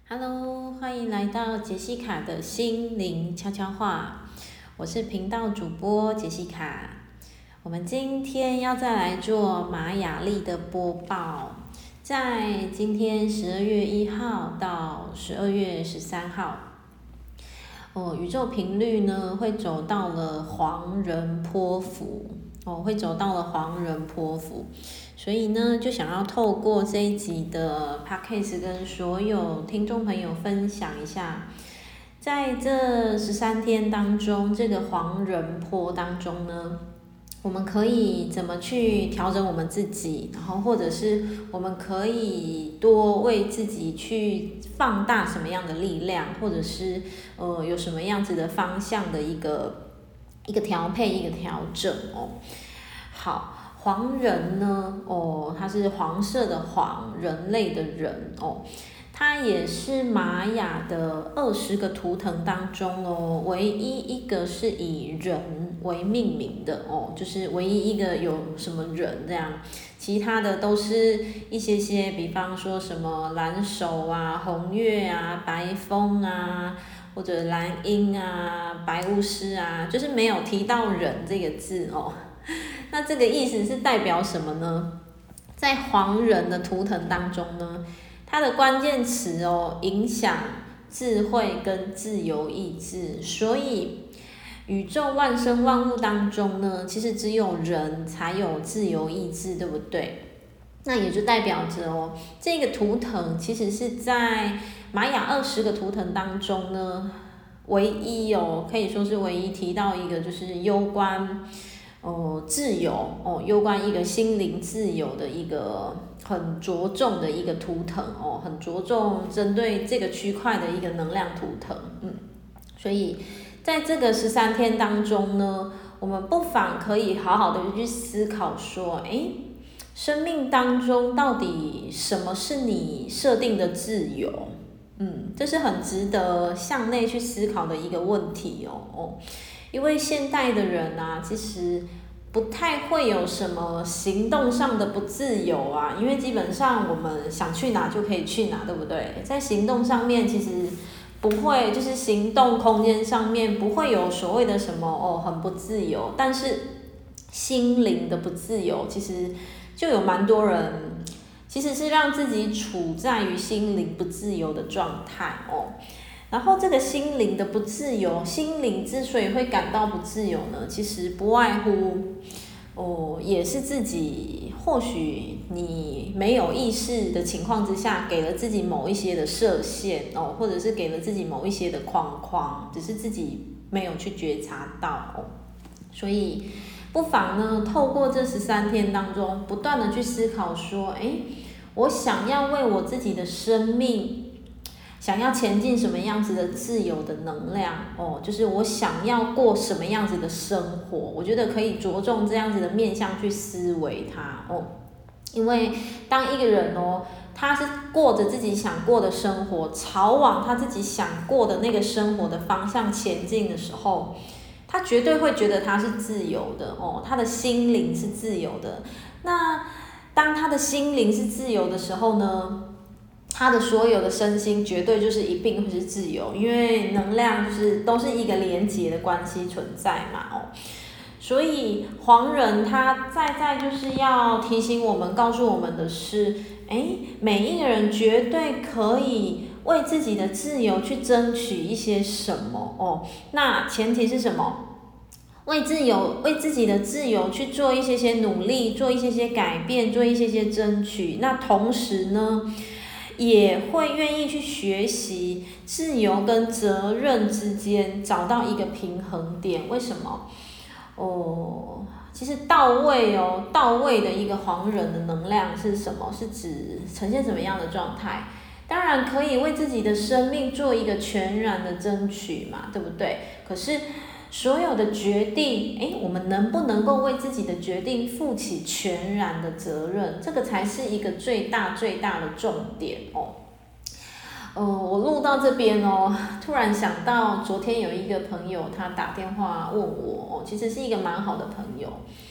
Hello，欢迎来到杰西卡的心灵悄悄话，我是频道主播杰西卡。我们今天要再来做玛雅历的播报，在今天12月1号到12月13号，宇宙频率呢会走到了黄人波符，会走到了黄人波符。所以呢，就想要透过这一集的 podcast 跟所有听众朋友分享一下，在这13天当中，这个黄人波当中呢，我们可以怎么去调整我们自己，然后或者是我们可以多为自己去放大什么样的力量，或者是有什么样子的方向的一个调配、一个调整哦。好。黄人呢，它是黄色的黄，人类的人哦，它也是玛雅的20个图腾当中哦，唯一一个是以人为命名的哦，就是唯一一个有什么人这样，其他的都是一些，比方说什么蓝手啊、红月啊、白风啊，或者蓝鹰啊、白巫师啊，就是没有提到人这个字哦。那这个意思是代表什么呢？在黄人的图腾当中呢，它的关键词影响智慧跟自由意志，所以宇宙万生万物当中呢，其实只有人才有自由意志，对不对？那也就代表着这个图腾其实是在玛雅20个图腾当中呢，唯一可以说是唯一提到一个就是攸关自由攸关一个心灵自由的一个很着重的一个图腾很着重针对这个区块的一个能量图腾，所以在这个13天当中呢，我们不妨可以好好的去思考说，生命当中到底什么是你设定的自由？这是很值得向内去思考的一个问题因为现代的人啊，其实不太会有什么行动上的不自由啊，因为基本上我们想去哪就可以去哪，对不对？在行动上面其实不会，就是行动空间上面不会有所谓的什么很不自由，但是心灵的不自由，其实就有蛮多人其实是让自己处在于心灵不自由的状态然后这个心灵的不自由，心灵之所以会感到不自由呢，其实不外乎也是自己或许你没有意识的情况之下，给了自己某一些的设限或者是给了自己某一些的框框，只是自己没有去觉察到所以不妨呢，透过这13天当中，不断的去思考说，我想要为我自己的生命，想要前进什么样子的自由的能量就是我想要过什么样子的生活，我觉得可以着重这样子的面向去思维它因为当一个人他是过着自己想过的生活，朝往他自己想过的那个生活的方向前进的时候，他绝对会觉得他是自由的他的心灵是自由的。那当他的心灵是自由的时候呢，他的所有的身心绝对就是一并会是自由，因为能量就是都是一个连结的关系存在嘛所以黄人他在就是要提醒我们，告诉我们的是，每一个人绝对可以为自己的自由去争取一些什么那前提是什么？为自己的自由去做一些努力，做一些改变，做一些争取。那同时呢，也会愿意去学习自由跟责任之间找到一个平衡点。为什么？其实到位的一个黄人的能量是什么？是指呈现什么样的状态？当然可以为自己的生命做一个全然的争取嘛，对不对？可是所有的决定，我们能不能够为自己的决定负起全然的责任？这个才是一个最大的重点我录到这边突然想到昨天有一个朋友他打电话问我其实是一个蛮好的朋友，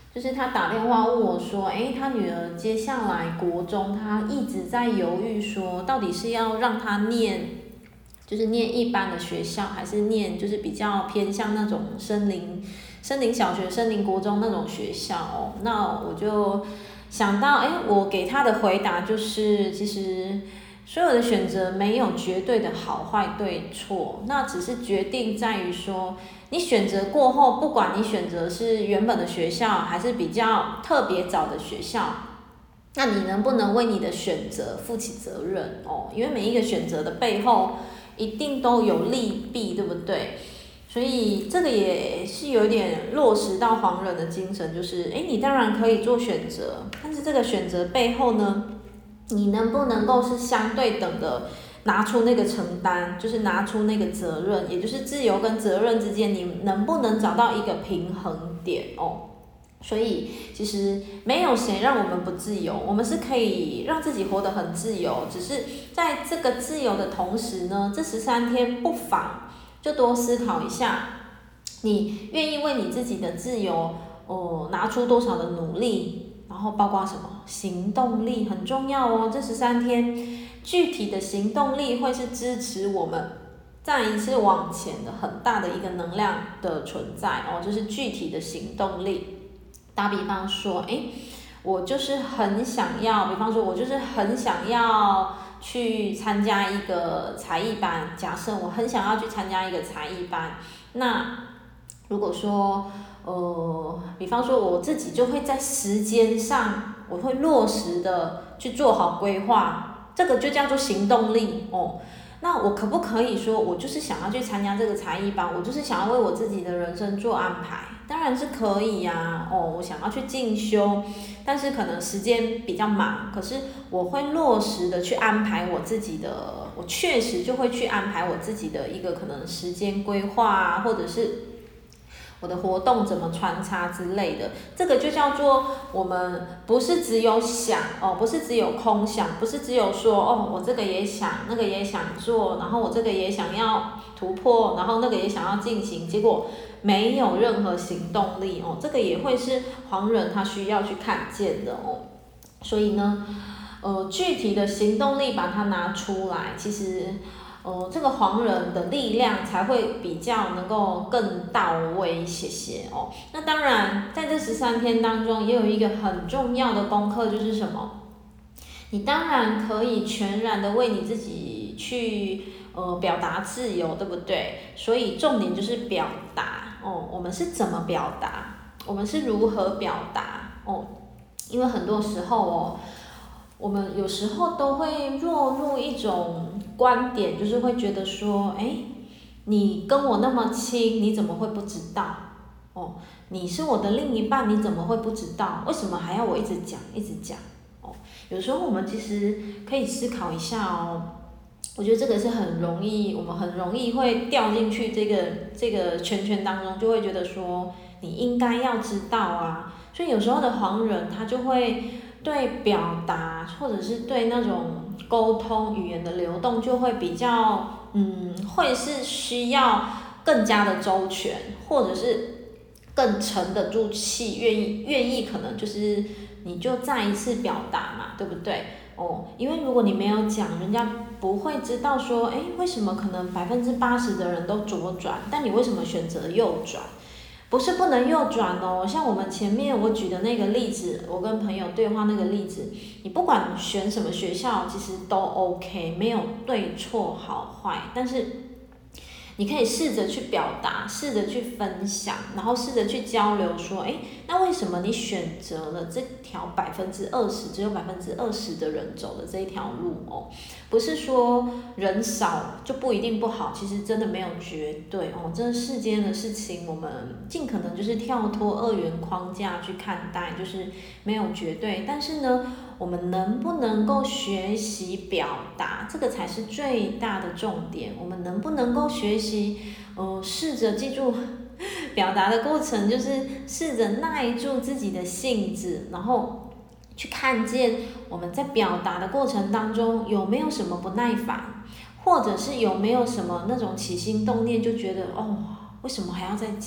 就是他打电话问我说，他女儿接下来国中，他一直在犹豫说，到底是要让他念，就是念一般的学校，还是念就是比较偏向那种森林小学、森林国中那种学校哦。那我就想到，我给他的回答就是，其实所有的选择没有绝对的好坏对错，那只是决定在于说，你选择过后，不管你选择是原本的学校，还是比较特别早的学校，那你能不能为你的选择负起责任哦？因为每一个选择的背后，一定都有利弊，对不对？所以这个也是有点落实到黄人的精神，就是你当然可以做选择，但是这个选择背后呢，你能不能够是相对等的拿出那个承担，就是拿出那个责任，也就是自由跟责任之间，你能不能找到一个平衡点哦？所以其实没有谁让我们不自由，我们是可以让自己活得很自由，只是在这个自由的同时呢，这13天不妨就多思考一下，你愿意为你自己的自由拿出多少的努力，然后包括什么行动力很重要哦。这13天具体的行动力会是支持我们再一次往前的很大的一个能量的存在哦，就是具体的行动力。打比方说，我就是很想要，比方说我就是很想要去参加一个才艺班，假设我很想要去参加一个才艺班，那如果说比方说我自己就会在时间上，我会落实的去做好规划，这个就叫做行动力哦。那我可不可以说，我就是想要去参加这个才艺班，我就是想要为我自己的人生做安排？当然是可以呀，我想要去进修，但是可能时间比较忙，可是我会落实的去安排我自己的，我确实就会去安排我自己的一个可能时间规划啊，或者是我的活动怎么穿插之类的，这个就叫做我们不是只有想哦，不是只有空想，不是只有说我这个也想，那个也想做，然后我这个也想要突破，然后那个也想要进行，结果没有任何行动力哦，这个也会是黄人他需要去看见的哦。所以呢，具体的行动力把它拿出来，其实这个黄人的力量才会比较能够更到位，谢谢哦。那当然，在这13天当中，也有一个很重要的功课，就是什么？你当然可以全然的为你自己去表达自由，对不对？所以重点就是表达哦，我们是怎么表达？我们是如何表达哦？因为很多时候我们有时候都会落入一种观点，就是会觉得说，你跟我那么亲，你怎么会不知道？哦，你是我的另一半，你怎么会不知道？为什么还要我一直讲，一直讲？哦，有时候我们其实可以思考一下哦。我觉得这个是很容易，我们很容易会掉进去这个圈圈当中，就会觉得说，你应该要知道啊。所以有时候的黄人他就会对表达或者是对那种沟通语言的流动就会比较会是需要更加的周全，或者是更沉得住气，愿意可能就是你就再一次表达嘛，对不对？因为如果你没有讲，人家不会知道说，为什么可能80%的人都左转，但你为什么选择右转？不是不能右转哦，像我们前面我举的那个例子，我跟朋友对话那个例子，你不管选什么学校，其实都 OK， 没有对错好坏，但是你可以试着去表达，试着去分享，然后试着去交流，说，那为什么你选择了这条20%，只有20%的人走的这一条路哦？不是说人少就不一定不好，其实真的没有绝对哦。这世间的事情，我们尽可能就是跳脱2元框架去看待，就是没有绝对。但是呢，我们能不能够学习表达，这个才是最大的重点。我们能不能够学习，试着记住表达的过程，就是试着耐住自己的性子，然后去看见我们在表达的过程当中有没有什么不耐烦，或者是有没有什么那种起心动念，就觉得为什么还要再讲？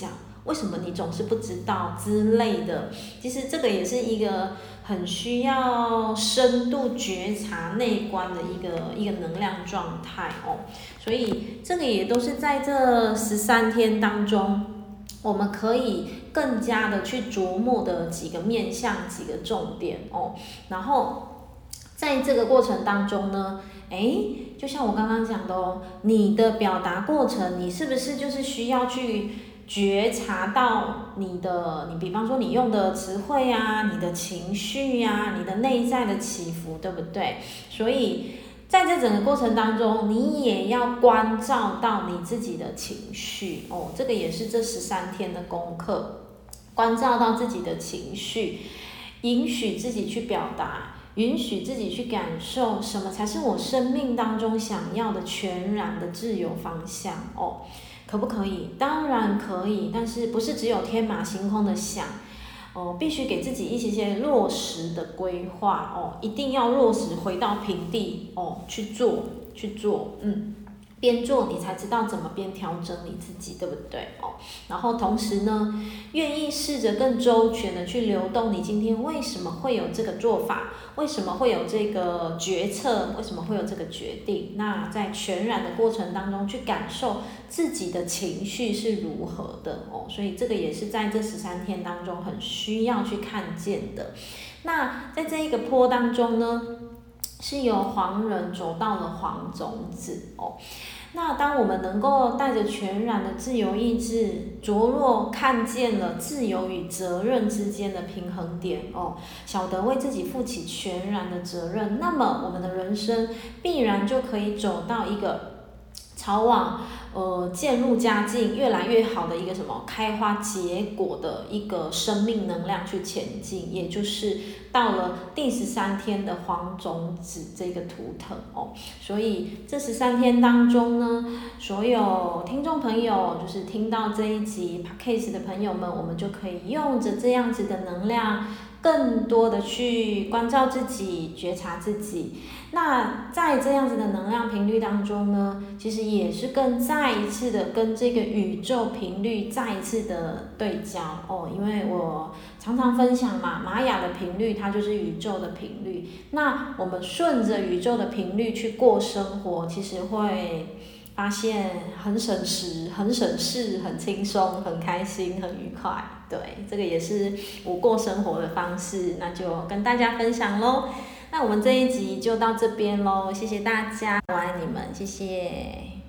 为什么你总是不知道之类的。其实这个也是一个很需要深度觉察内观的一个能量状态哦。所以这个也都是在这13天当中，我们可以更加的去琢磨的几个面向、几个重点哦。然后在这个过程当中呢，就像我刚刚讲的哦，你的表达过程，你是不是就是需要去觉察到你比方说你用的词汇啊，你的情绪啊，你的内在的起伏，对不对？所以在这整个过程当中，你也要关照到你自己的情绪哦，这个也是这13天的功课，关照到自己的情绪，允许自己去表达，允许自己去感受，什么才是我生命当中想要的全然的自由方向哦？可不可以？当然可以，但是不是只有天马行空的想。必须给自己一些落实的规划哦，一定要落实回到平地哦，去做，边做你才知道怎么边调整你自己，对不对哦？然后同时呢，愿意试着更周全的去流动你今天为什么会有这个做法，为什么会有这个决策，为什么会有这个决定？那在全然的过程当中去感受自己的情绪是如何的哦，所以这个也是在这13天当中很需要去看见的。那在这一个波当中呢，是由黄人走到了黄种子哦。那当我们能够带着全然的自由意志，着落看见了自由与责任之间的平衡点哦，晓得为自己负起全然的责任，那么我们的人生必然就可以走到一个朝往渐入佳境，越来越好的一个什么开花结果的一个生命能量去前进，也就是到了第13天的黄种子这个图腾哦。所以这13天当中呢，所有听众朋友就是听到这一集 Podcast 的朋友们，我们就可以用着这样子的能量，更多的去关照自己，觉察自己。那在这样子的能量频率当中呢，其实也是再一次的跟这个宇宙频率再一次的对焦哦，因为我常常分享嘛，玛雅的频率它就是宇宙的频率，那我们顺着宇宙的频率去过生活，其实会发现很省时、很省事、很轻松、很开心、很愉快。对，这个也是我过生活的方式，那就跟大家分享咯。那我们这一集就到这边咯，谢谢大家，我爱你们，谢谢。